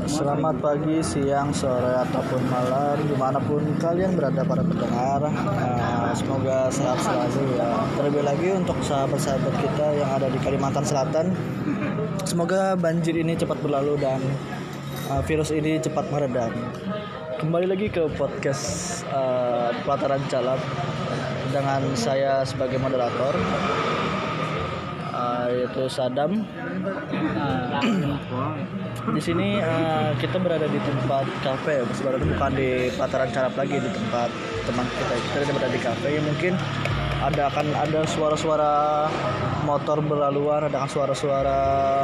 Selamat pagi, siang, sore, ataupun malam, dimanapun kalian berada para pendengar. Semoga sehat selalu ya. Terlebih lagi untuk sahabat-sahabat kita yang ada di Kalimantan Selatan, semoga banjir ini cepat berlalu dan virus ini cepat meredam. Kembali lagi ke podcast Pelataran Calap dengan saya sebagai moderator, yaitu Sadam. Di sini kita berada di tempat kafe, sebenarnya bukan di Pelataran Calap lagi, di tempat teman kita. Kita berada di kafe yang mungkin akan ada suara-suara motor berlaluan, ada suara-suara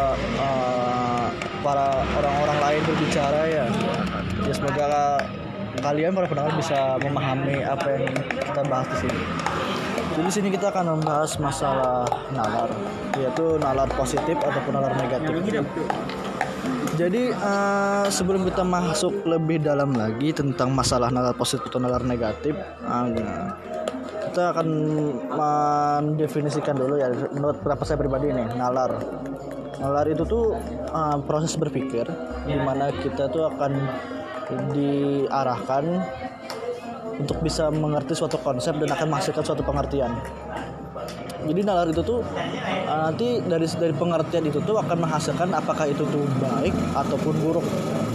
para orang-orang lain berbicara ya. Ya semoga kalian para pendengar bisa memahami apa yang kita bahas di sini. Jadi di sini kita akan membahas masalah nalar, yaitu nalar positif ataupun nalar negatif. Jadi sebelum kita masuk lebih dalam lagi tentang masalah nalar positif atau nalar negatif, kita akan mendefinisikan dulu ya menurut pendapat saya pribadi nih, nalar. Nalar itu tuh proses berpikir di mana kita tuh akan diarahkan untuk bisa mengerti suatu konsep dan akan menghasilkan suatu pengertian. Jadi nalar itu tuh nanti dari pengertian itu tuh akan menghasilkan apakah itu tuh baik ataupun buruk.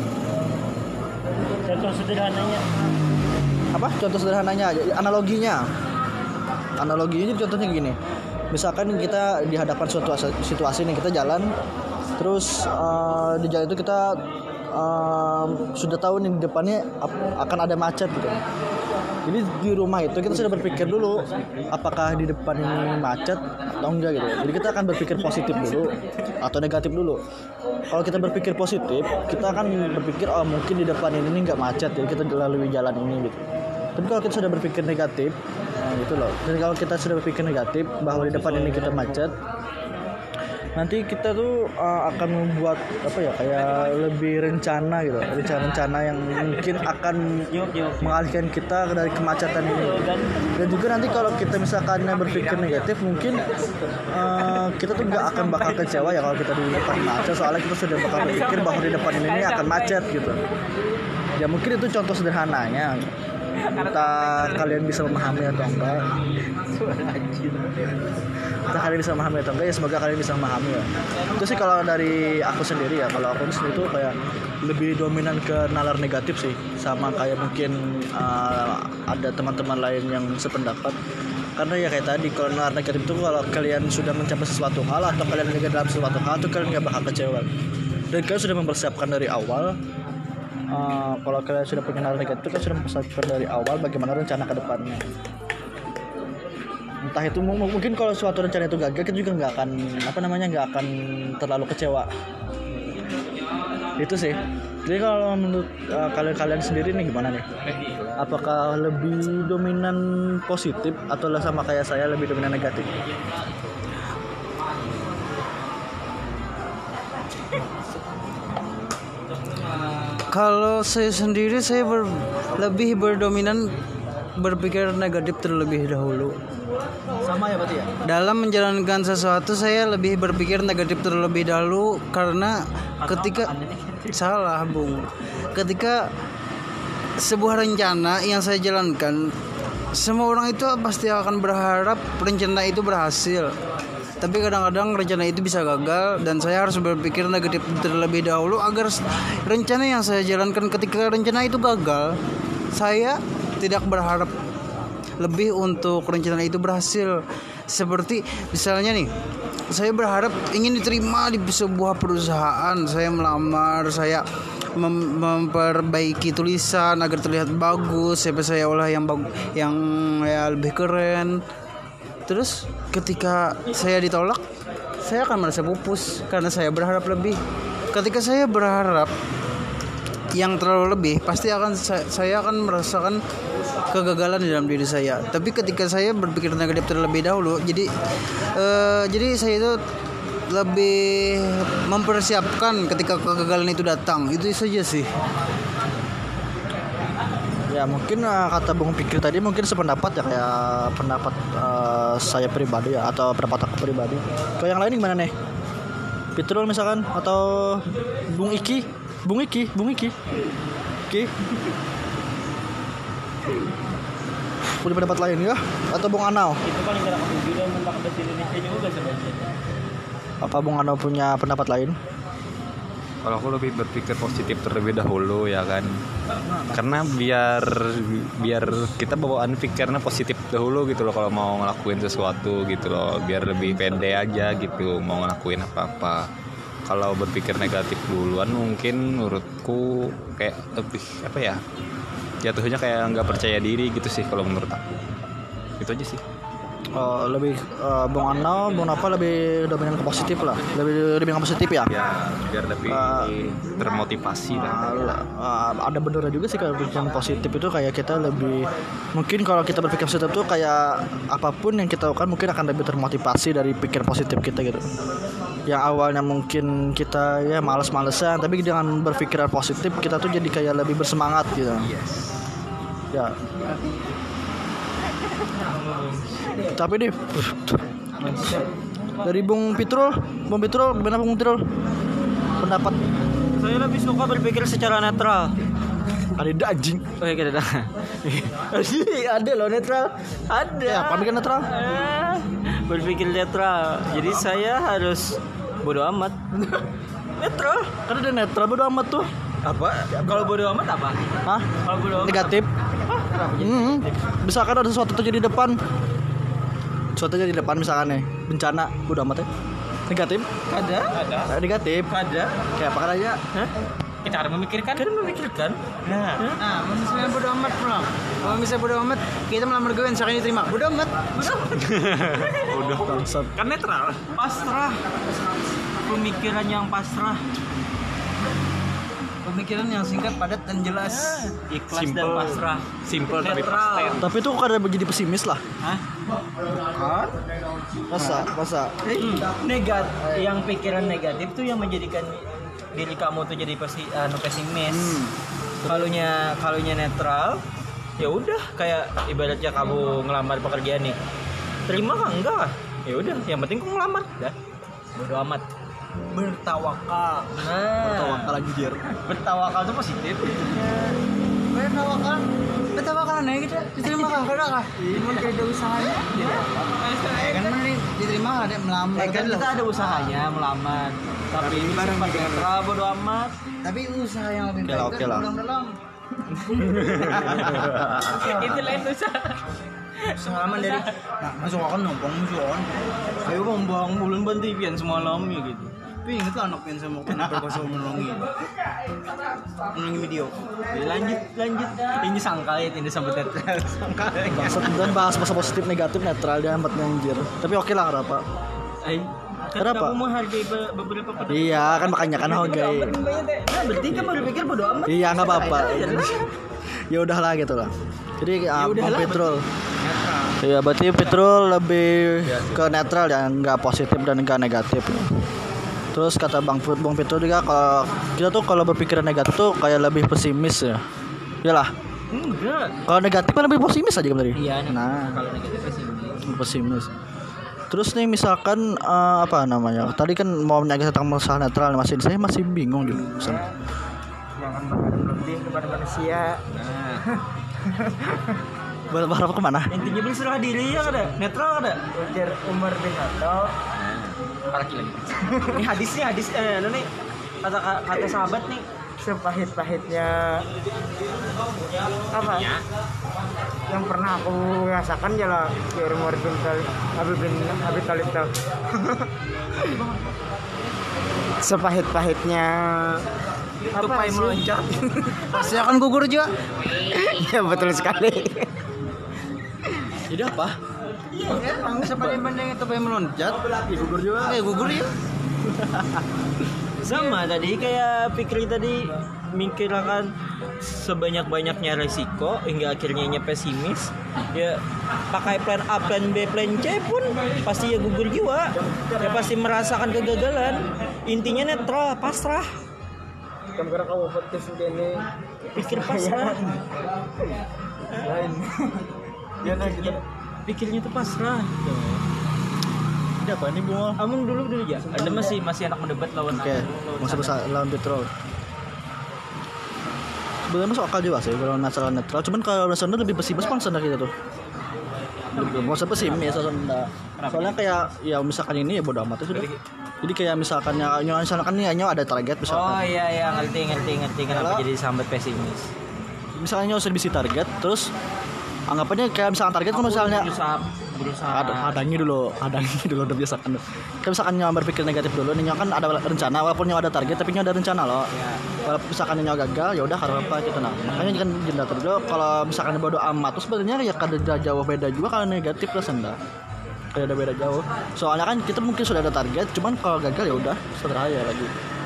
Contoh sederhananya. Apa? Contoh sederhananya, analoginya contohnya gini. Misalkan kita dihadapkan suatu situasi nih, kita jalan, terus di jalan itu kita sudah tahu nih di depannya akan ada macet gitu. Jadi di rumah itu kita sudah berpikir dulu apakah di depan ini macet atau enggak gitu. Jadi kita akan berpikir positif dulu atau negatif dulu. Kalau kita berpikir positif, kita akan berpikir mungkin di depan ini enggak macet, jadi kita lalui jalan ini gitu. Tapi kalau kita sudah berpikir negatif, gitu loh. Jadi kalau kita sudah berpikir negatif bahwa di depan ini kita macet, nanti kita tuh akan membuat kayak lebih rencana gitu, rencana yang mungkin akan mengalihkan kita dari kemacetan ini. Dan juga nanti kalau kita misalkan berpikir negatif, mungkin kita tuh nggak akan bakal kecewa ya kalau kita di depan macet, soalnya kita sudah bakal berpikir bahwa di depan ini akan macet gitu. Ya mungkin itu contoh sederhananya. Entah kalian bisa memahami atau enggak. Ya semoga kalian bisa memahami ya. Itu sih kalau dari aku sendiri ya. Kalau aku sendiri itu kayak lebih dominan ke nalar negatif sih. Sama kayak mungkin ada teman-teman lain yang sependapat. Karena ya kayak tadi, kalau nalar negatif itu kalau kalian sudah mencapai sesuatu hal atau kalian gagal dalam sesuatu hal, itu kalian gak bakal kecewa. Dan kalian sudah mempersiapkan dari awal. Kalau kalian sudah punya nalar negatif, kan sudah mempersiapkan dari awal bagaimana rencana ke depannya. Entah itu mungkin kalau suatu rencana itu gagal, kita juga nggak akan terlalu kecewa. Itu sih. Jadi kalau menurut kalian sendiri nih gimana nih? Apakah lebih dominan positif atau sama kayak saya lebih dominan negatif? Kalau saya sendiri, lebih berdominan berpikir negatif terlebih dahulu. Sama ya berarti ya? Dalam menjalankan sesuatu, saya lebih berpikir negatif terlebih dahulu karena ketika sebuah rencana yang saya jalankan, semua orang itu pasti akan berharap rencana itu berhasil. Tapi kadang-kadang rencana itu bisa gagal dan saya harus berpikir negatif terlebih dahulu agar rencana yang saya jalankan ketika rencana itu gagal, saya tidak berharap lebih untuk rencana itu berhasil. Seperti misalnya nih, saya berharap ingin diterima di sebuah perusahaan, saya melamar, saya memperbaiki tulisan agar terlihat bagus, saya olah yang lebih keren. Terus ketika saya ditolak, saya akan merasa pupus karena saya berharap lebih. Ketika saya berharap yang terlalu lebih, pasti saya akan merasakan kegagalan di dalam diri saya. Tapi ketika saya berpikir negatif terlebih dahulu, jadi saya itu lebih mempersiapkan ketika kegagalan itu datang. Itu saja sih. Ya mungkin kata Bung Pikir tadi mungkin sependapat ya, kayak pendapat saya pribadi ya, atau pendapat aku pribadi. Kalau yang lain gimana nih? Fitrul misalkan atau Bung Iki? Bung Iki. Ki. Punya pendapat lain ya? Atau Bung Anau? Itu paling gak aku bilang tentang bahasa Indonesia juga sebenarnya. Apa Bung Anau punya pendapat lain? Kalau aku lebih berpikir positif terlebih dahulu ya kan. Karena biar kita bawaan pikirnya positif dahulu gitu loh kalau mau ngelakuin sesuatu gitu loh, biar lebih pede aja gitu mau ngelakuin apa-apa. Kalau berpikir negatif duluan mungkin menurutku kayak lebih apa ya? Jatuhnya kayak nggak percaya diri gitu sih kalau menurut aku. Itu aja sih. Lebih Bung Anau, Bung Napa lebih dominan ke positif lah, lebih ke positif ya. Ya biar lebih termotivasi lah. Ada benernya juga sih kalau yang positif itu kayak kita lebih mungkin kalau kita berpikir positif tuh kayak apapun yang kita lakukan mungkin akan lebih termotivasi dari pikir positif kita gitu. Yang awalnya mungkin kita ya malas-malesan, tapi dengan berpikiran positif kita tuh jadi kayak lebih bersemangat gitu. Ya. Tapi deh dari Bung Pitrul gimana Bung Pitrul? Pendapat? Saya lebih suka berpikir secara netral. Ada anjing. Oh iya kita Ada loh netral. Ada. Ya, apa bikin netral? Berpikir netral. Jadi saya harus bodo amat. Netral. Kan ada netral bodo amat tuh. Apa? Kalau bodo amat apa? Hah? Kalau bodo amat Negatif. Misalkan ada sesuatu terjadi di depan. Misalkan nih bencana bodo amat ya. Negatif. ada. Negatif. Ada. Kayak apa aja? Hah? Kita harus memikirkan. Nah, misalnya bodo amat pulang. Kalau misalnya bodo amat, kita melamar gue misalkan diterima. Bodo amat. Udah bangsat. Kan netral. Pasrah. Pemikiran yang pasrah. Pemikiran yang singkat, padat dan jelas. Ikhlas dan pasrah. Simple tapi Netral. pasti. Tapi itu kan ada jadi pesimis lah. Hah? Masa. Negatif. Yang pikiran negatif tuh yang menjadikan diri kamu tuh jadi pesimis. Kalunya netral, ya udah kayak ibaratnya kamu ngelamar pekerjaan nih. Terima kan enggak? Ya udah, yang penting kamu ngelamar, dah. Bodo amat. Bertawakal. Bertawakal lagi Jer. Bertawakal itu positif. Bertawakal nih kita diterima kan kah? Cuma ada usahanya. Kan mana diterima ada melamar. Kan kita ada usahanya melamar. Tapi ini sifat netral, bodo amat. Tapi usaha yang lebih Oke lah. dalam. Itu lain usaha. Pengalaman dari masuk akan numpang musuhan. Ayo bang, bulan bantian semalam ya gitu. Tapi inget lah anak yang sama berkuasa menolongi video. Lanjut. Ini sangkal ya, ini sambut netral. Sangkal. Bangsat dan bahas positif negatif netral dia amat anjir. Tapi oke lah kenapa? Kenapa? Kamu menghargai beberapa pendapat. Iya kan makanya kan hargai. Nah, berarti kan berpikir bodo amat. Iya nggak apa-apa. Ya udahlah gitu lah. Jadi Bang Petrul. Iya berarti Petrul lebih ke netral ya, nggak positif dan nggak negatif. Terus kata Bang Petrul juga kalau kita tuh kalau berpikiran negatif tuh kayak lebih pesimis ya. Iyalah. Enggak. Kalau negatif kan lebih pesimis aja kan tadi. Iya. Nah, Kalau negatif pesimis. Terus nih misalkan apa namanya? Tadi kan mau menanya tentang masalah netral masih saya masih bingung juga. jangan berharap lebih kepada manusia. Berharap kemana? Intinya berserah diri ya ada. Netral ada. Ujar Umar bin Khattab. Lagi. Ini hadis nih kata sahabat nih, sepahit-pahitnya apa yang pernah aku rasakan jalan ke Umar bin Abi Thalib tuh. Sepahit-pahitnya tupai meloncat Pasti akan gugur juga. ya betul sekali. Jadi apa? Emang sepanding-panding itu pengen meloncat, gugur juga. Gugur ya. Sama tadi kayak Fikri tadi mikirkan sebanyak-banyaknya resiko hingga akhirnya pesimis. Ya pakai plan A, plan B, plan C pun pasti ya gugur jiwa. Ya pasti merasakan kegagalan. Intinya netral, pasrah. Kamera kamu podcast ini Pikir pasrah. lain. Pikirnya tuh pasrah. Ini apa nih Bung? Amun dulu ya. Anda masih anak mendebat lawan Oke, masih bisa lawan Petrol. sebenarnya masuk akal juga sih kalau masalah netral. Cuman kalau Sunda lebih pesimis bang Sunda kita tuh. Mau pesimis Sunda. Soalnya kayak ya misalkan ini ya bodo amat ya sudah. Jadi kayak misalkan misalkan nih hanya ada target misalkan. Oh iya ngerti kenapa Kalau- jadi sambat pesimis. Misalnya usah bisa target terus anggapannya kayak misalkan target kan misalnya berusaha hadangi dulu udah biasa kan. Kayak misalkan nyawa berpikir negatif dulu, nih kan ada rencana walaupun nyawa ada target tapi nyawa ada rencana loh. ya. Kalau misalkan nyawa gagal ya udah karena apa gitu nah. Makanya kan jenda dulu kalau misalkan bodo amat tuh sebenarnya ya kada jauh beda juga kalau negatif lah Senda. Kayak ada beda jauh. Soalnya kan kita mungkin sudah ada target, cuman kalau gagal ya udah seraya lagi.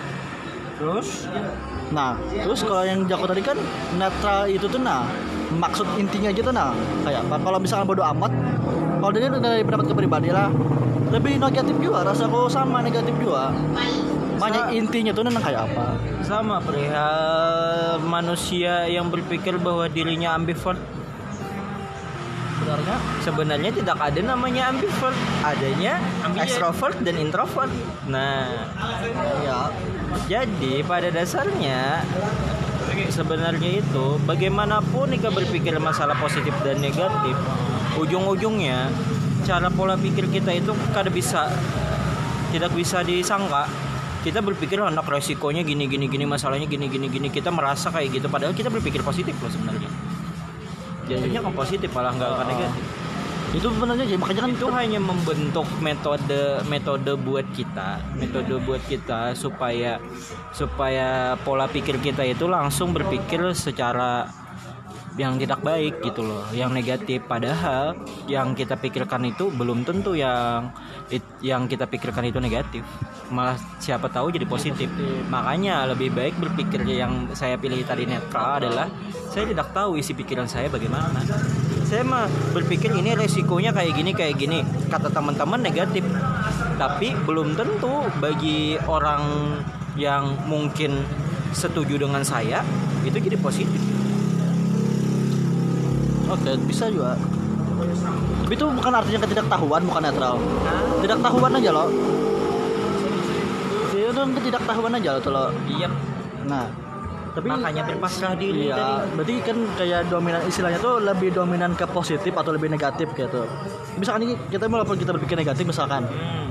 Terus kalau yang Jako tadi kan netral itu tuh nah maksud intinya gitu nah kayak apa kalau misalkan bodo amat kalau dia dari pendapat kepribadi lah lebih negatif juga rasaku sama negatif juga banyak intinya tuh nang kayak apa Sama perihal manusia yang berpikir bahwa dirinya ambivert. sebenarnya Sebenarnya tidak ada namanya ambivert, adanya extrovert dan introvert. Nah, ya jadi pada dasarnya sebenarnya itu bagaimanapun Ika berpikir masalah positif dan negatif, ujung-ujungnya cara pola pikir kita itu tidak bisa disangka. Kita berpikir anak resikonya gini masalahnya gini kita merasa kayak gitu padahal kita berpikir positif loh sebenarnya. Jadinya kan positif malah nggak akan negatif. itu sebenarnya ya makanya kan Itu hanya membentuk metode buat kita supaya pola pikir kita itu langsung berpikir secara yang tidak baik gitu loh, yang negatif, padahal yang kita pikirkan itu belum tentu yang kita pikirkan itu negatif, malah siapa tahu jadi positif. Makanya lebih baik berpikir yang saya pilih tadi netral adalah saya tidak tahu isi pikiran saya bagaimana. Saya mah berpikir ini resikonya kayak gini kata teman-teman negatif, tapi belum tentu bagi orang yang mungkin setuju dengan saya itu jadi positif. oke bisa juga tapi itu bukan artinya ketidaktahuan bukan netral ketidaktahuan aja loh itu ketidaktahuan aja loh tuh loh Iya, nah tapi makanya berpasrah diri iya, tadi. berarti kan kayak dominan istilahnya tuh lebih dominan ke positif atau lebih negatif gitu. Misalkan ini kita walaupun kita berpikir negatif misalkan.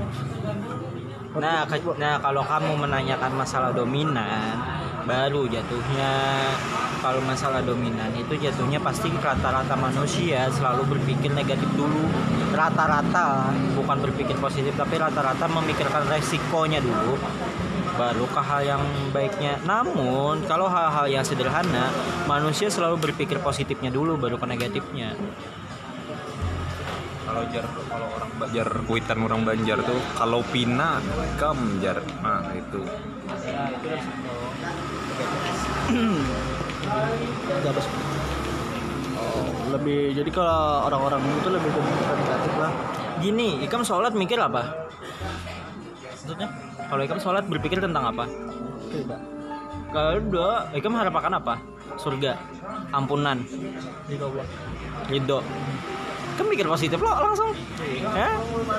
Nah, kalau kamu menanyakan masalah dominan, baru jatuhnya kalau masalah dominan itu jatuhnya pasti rata-rata manusia selalu berpikir negatif dulu. Rata-rata, bukan berpikir positif tapi rata-rata memikirkan resikonya dulu. Baru ke hal yang baiknya. Namun kalau hal-hal yang sederhana, manusia selalu berpikir positifnya dulu baru ke negatifnya. Kalau orang Banjar kuitan orang Banjar tuh kalau pina kam jar. Nah, itu. Lebih jadi kalau orang-orang itu lebih dominan negatif lah. Gini, Ikam sholat mikir apa? Maksudnya? Kalau Ikam sholat berpikir tentang apa? Tidak. Kalau doa, Ikam harapan apa? Surga, ampunan, ridho. Ikam mikir positif loh langsung. Ya?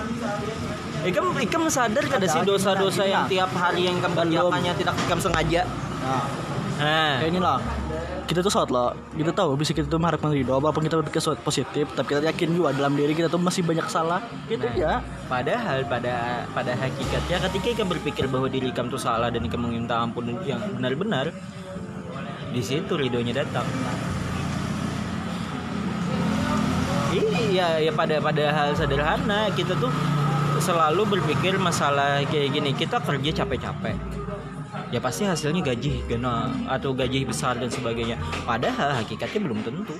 Ikam sadar kada sih dosa-dosa yang tiap hari yang Ikam kerjakannya tidak Ikam sengaja. Nah, kayak inilah. Kita tuh sholat loh. Kita tahu bisa kita tuh mengharapkan ridho walaupun kita berpikir positif, tapi kita yakin juga dalam diri kita tuh masih banyak salah. Gitu ya. Padahal pada hakikatnya ketika Ikam berpikir bahwa diri Ikam tuh salah dan Ikam meminta ampun yang benar-benar, di situ ridhonya datang. Iya, ya pada hal sederhana kita tuh selalu berpikir masalah kayak gini. Kita kerja capek-capek, ya pasti hasilnya gaji gana atau gaji besar dan sebagainya. Padahal hakikatnya belum tentu.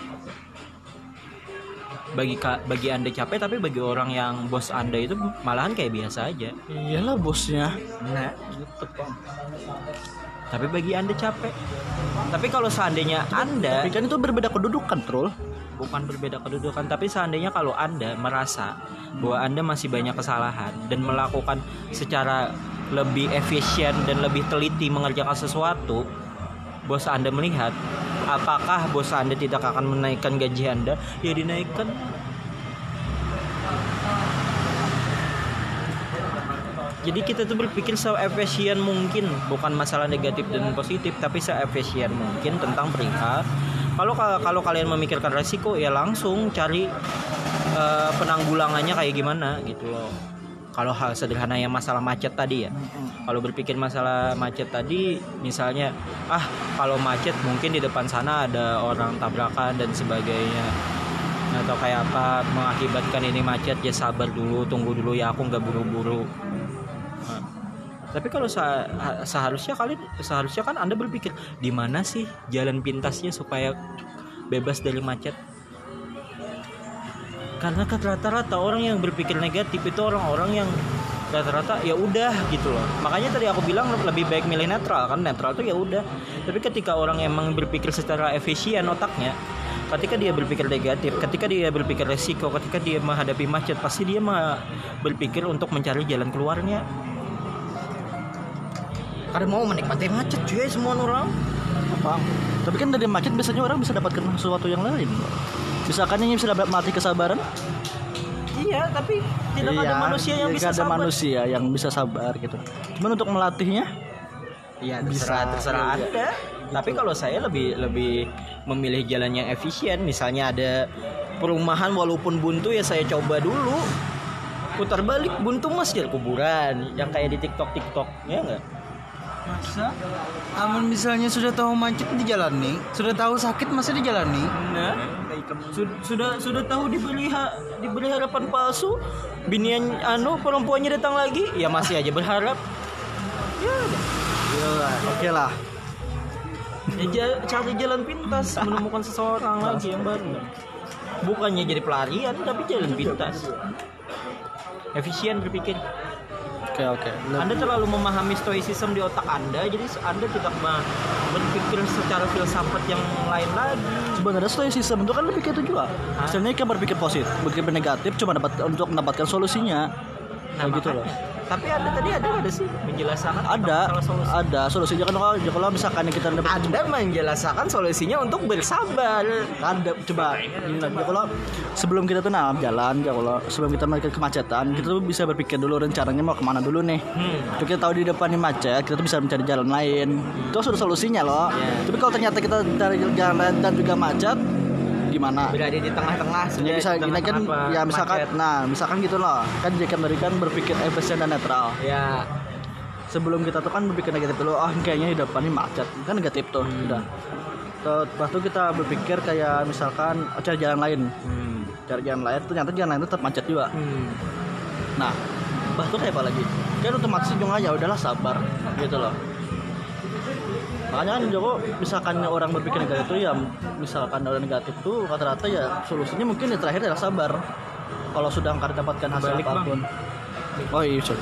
Bagi Anda capek, tapi bagi orang yang bos Anda itu malahan kayak biasa aja. Iyalah bosnya. Nah, gitu Pak. Tapi bagi Anda capek. Tapi kalau seandainya Anda Tapi kan itu berbeda kedudukan, Trul. bukan berbeda kedudukan, tapi seandainya kalau Anda merasa bahwa Anda masih banyak kesalahan dan melakukan secara lebih efisien dan lebih teliti mengerjakan sesuatu, bos Anda melihat, apakah bos Anda tidak akan menaikkan gaji Anda? Ya dinaikkan. Jadi kita tuh berpikir se-efisien mungkin, bukan masalah negatif dan positif, tapi se-efisien mungkin tentang peringkat. Kalau kalian memikirkan resiko, ya langsung cari penanggulangannya kayak gimana gitu loh. Kalau hal sederhana yang masalah macet tadi ya. Kalau berpikir masalah macet tadi, misalnya, kalau macet mungkin di depan sana ada orang tabrakan dan sebagainya, atau kayak apa mengakibatkan ini macet, ya sabar dulu, tunggu dulu ya, aku nggak buru-buru. Tapi kalau seharusnya kan Anda berpikir di mana sih jalan pintasnya supaya bebas dari macet. Karena rata-rata orang yang berpikir negatif itu orang-orang yang rata-rata ya udah gitu loh. Makanya tadi aku bilang lebih baik milih netral, kan netral tuh ya udah. Tapi ketika orang emang berpikir secara efisien otaknya, ketika dia berpikir negatif, ketika dia berpikir resiko, ketika dia menghadapi macet, pasti dia berpikir untuk mencari jalan keluarnya. Karena mau menikmati macet cuy semua orang. Apa? Tapi kan dari macet biasanya orang bisa dapatkan sesuatu yang lain. Misalkan ini bisa melatih kesabaran. Iya, tapi tidak ada manusia yang bisa sabar. Ada manusia yang bisa sabar gitu. Cuman untuk melatihnya, ya terserah Anda. Tapi kalau saya lebih memilih jalan yang efisien. Misalnya ada perumahan walaupun buntu, ya saya coba dulu. Putar balik buntu mas jadi kuburan, yang kayak di TikTok ya enggak? Masa? Aman misalnya sudah tahu macet dijalani, sudah tahu sakit masih dijalani. Nah, sudah tahu diberi harapan palsu, binian perempuannya datang lagi, ya masih aja berharap. Ya, oke lah. Ya, cari jalan pintas, menemukan seseorang lagi yang baru. Bukannya jadi pelarian, tapi jalan pintas. Efisien berpikir. Oke. Anda terlalu memahami stoicism di otak Anda, jadi Anda tidak berpikir secara filsafat yang lain lagi. Sebenarnya stoicism itu kan lebih kayak itu juga. Misalnya kan berpikir positif, berpikir negatif, cuma untuk mendapatkan solusinya. Nah, gitu loh. Tapi ada sih menjelaskan ada solusinya kan kalau misalkan kita dapat Anda menjelaskan solusinya untuk bersabar. Ada coba kalau sebelum kita tuh jalan kalau sebelum kita ke kemacetan kita tuh bisa berpikir dulu rencananya mau kemana dulu nih. Kita tahu di depan ini macet, kita tuh bisa mencari jalan lain. Itu sudah solusinya loh. Tapi kalau ternyata kita cari jalan lain dan juga macet, gimana? Berada di tengah-tengah ya bisa gini kan ya misalkan gitu loh kan jika kan berpikir efisien dan netral ya. Sebelum kita tuh kan berpikir negatif dulu, kayaknya di depan ini macet kan negatif tuh udah. Terus tuh kita berpikir kayak misalkan cari jalan lain ternyata jalan lain itu tetap macet juga. Nah tuh kayak apa lagi kan otomatis juga ya udahlah sabar gitu loh. Makanya kan Joko misalkan orang berpikir negatif itu ya misalkan orang negatif tuh rata-rata ya solusinya mungkin yang terakhir adalah sabar. Kalau sudah akan dapatkan hasil apapun. Oh iya cok.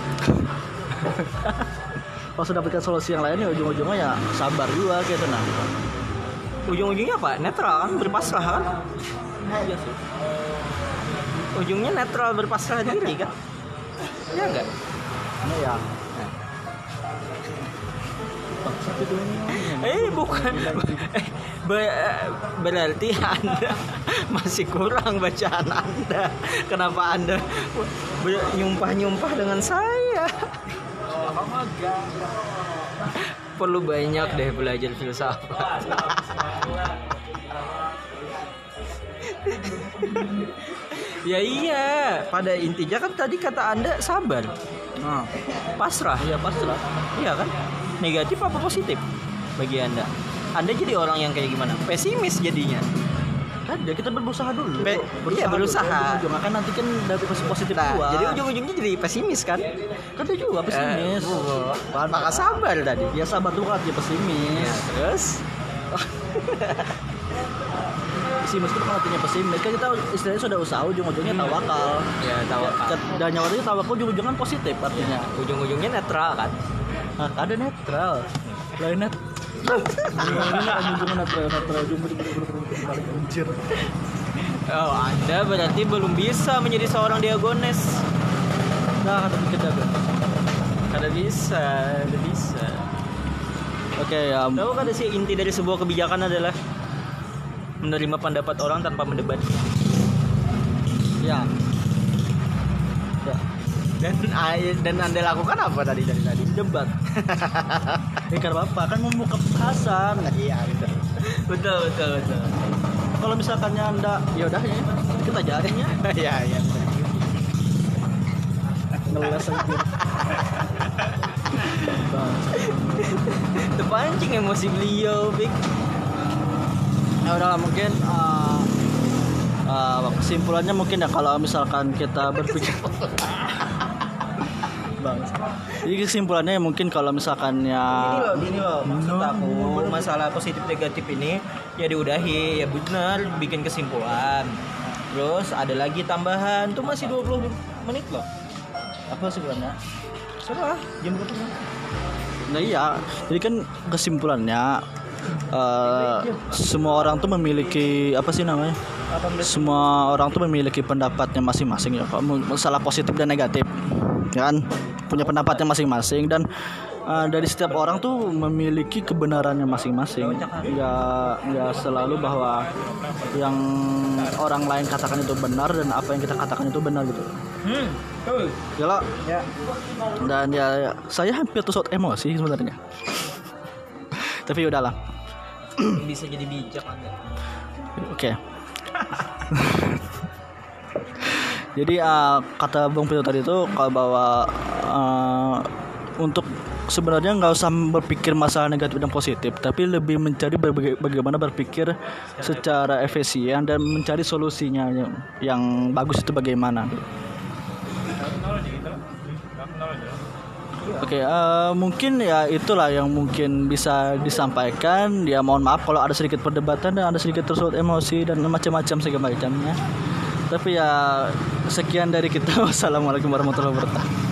Kalau sudah dapatkan solusi yang lain ya ujung-ujungnya ya sabar juga gitu nah. Ujung-ujungnya apa? Netral kan, berpasrah kan? Iya sih. Ujungnya netral berpasrah diri kan? Iya enggak? Nah ya. Bukan. Berarti Anda masih kurang bacaan Anda. Kenapa Anda nyumpah-nyumpah dengan saya? Perlu banyak deh belajar filsafat. Ya iya, pada intinya kan tadi kata Anda sabar. Pasrah. Iya pasrah. Iya kan? Negatif apa positif bagi Anda? Anda jadi orang yang kayak gimana? Pesimis jadinya. Kan ya kita berusaha dulu. Berusaha. Ujung-ujungnya kan nanti kan dari positif nah, jadi ujung-ujungnya jadi pesimis kan? Kan dia juga pesimis. Maka sabar tadi. Ya sabar tuh kan dia pesimis. Ya, terus pesimis itu artinya pesimis. Kan kita istilahnya sudah usaha ujung-ujungnya tawakal. Ya, tawakal. Dan nyawanya tawakal ujung-ujungnya positif artinya. Ujung-ujungnya netral kan? Ada netral. Lain net. Oh, Anda berarti belum bisa menjadi seorang diagones. Nah, ada dikit ada. Ada bisa. Oke, ya. Tahu kan sih inti dari sebuah kebijakan adalah menerima pendapat orang tanpa mendebat. Ya. Dan Anda lakukan apa tadi Debat. Karena apa? Kan membuka pembahasan. Iya betul. Kalau misalkannya Anda, ya udah ya, kita ajarin ya. Iya. Ngeles aja. Terpancing emosi beliau, Bik. Ya udahlah mungkin kesimpulannya mungkin ya kalau misalkan kita berpikir Bang. Jadi kesimpulannya mungkin kalau misalkan ya Gini loh, maksud aku masalah positif negatif ini ya diudahi, ya benar bikin kesimpulan. Terus ada lagi tambahan tuh masih 20 menit loh. apa sebenarnya? Salah, jam berapa? Nah iya, jadi kan kesimpulannya semua orang tuh memiliki apa sih namanya? Semua orang tuh memiliki pendapatnya masing-masing ya, masalah positif dan negatif, ya kan? Punya pendapatnya masing-masing dan dari setiap orang tuh memiliki kebenarannya masing-masing. Nggak selalu bahwa yang orang lain katakan itu benar dan apa yang kita katakan itu benar gitu. Gila. Ya. Dan ya saya hampir tusuk emosi sebenarnya. Tapi udahlah. Bisa jadi bijak Anda. Oke. Jadi kata Bang Pito tadi itu kalau bahwa untuk sebenarnya nggak usah berpikir masalah negatif dan positif, tapi lebih mencari bagaimana berpikir secara efisien dan mencari solusinya yang bagus itu bagaimana. Oke, mungkin ya itulah yang mungkin bisa disampaikan. Ya mohon maaf kalau ada sedikit perdebatan dan ada sedikit tersulut emosi dan macam-macam segala macamnya. Tapi ya sekian dari kita. Wassalamualaikum warahmatullahi wabarakatuh.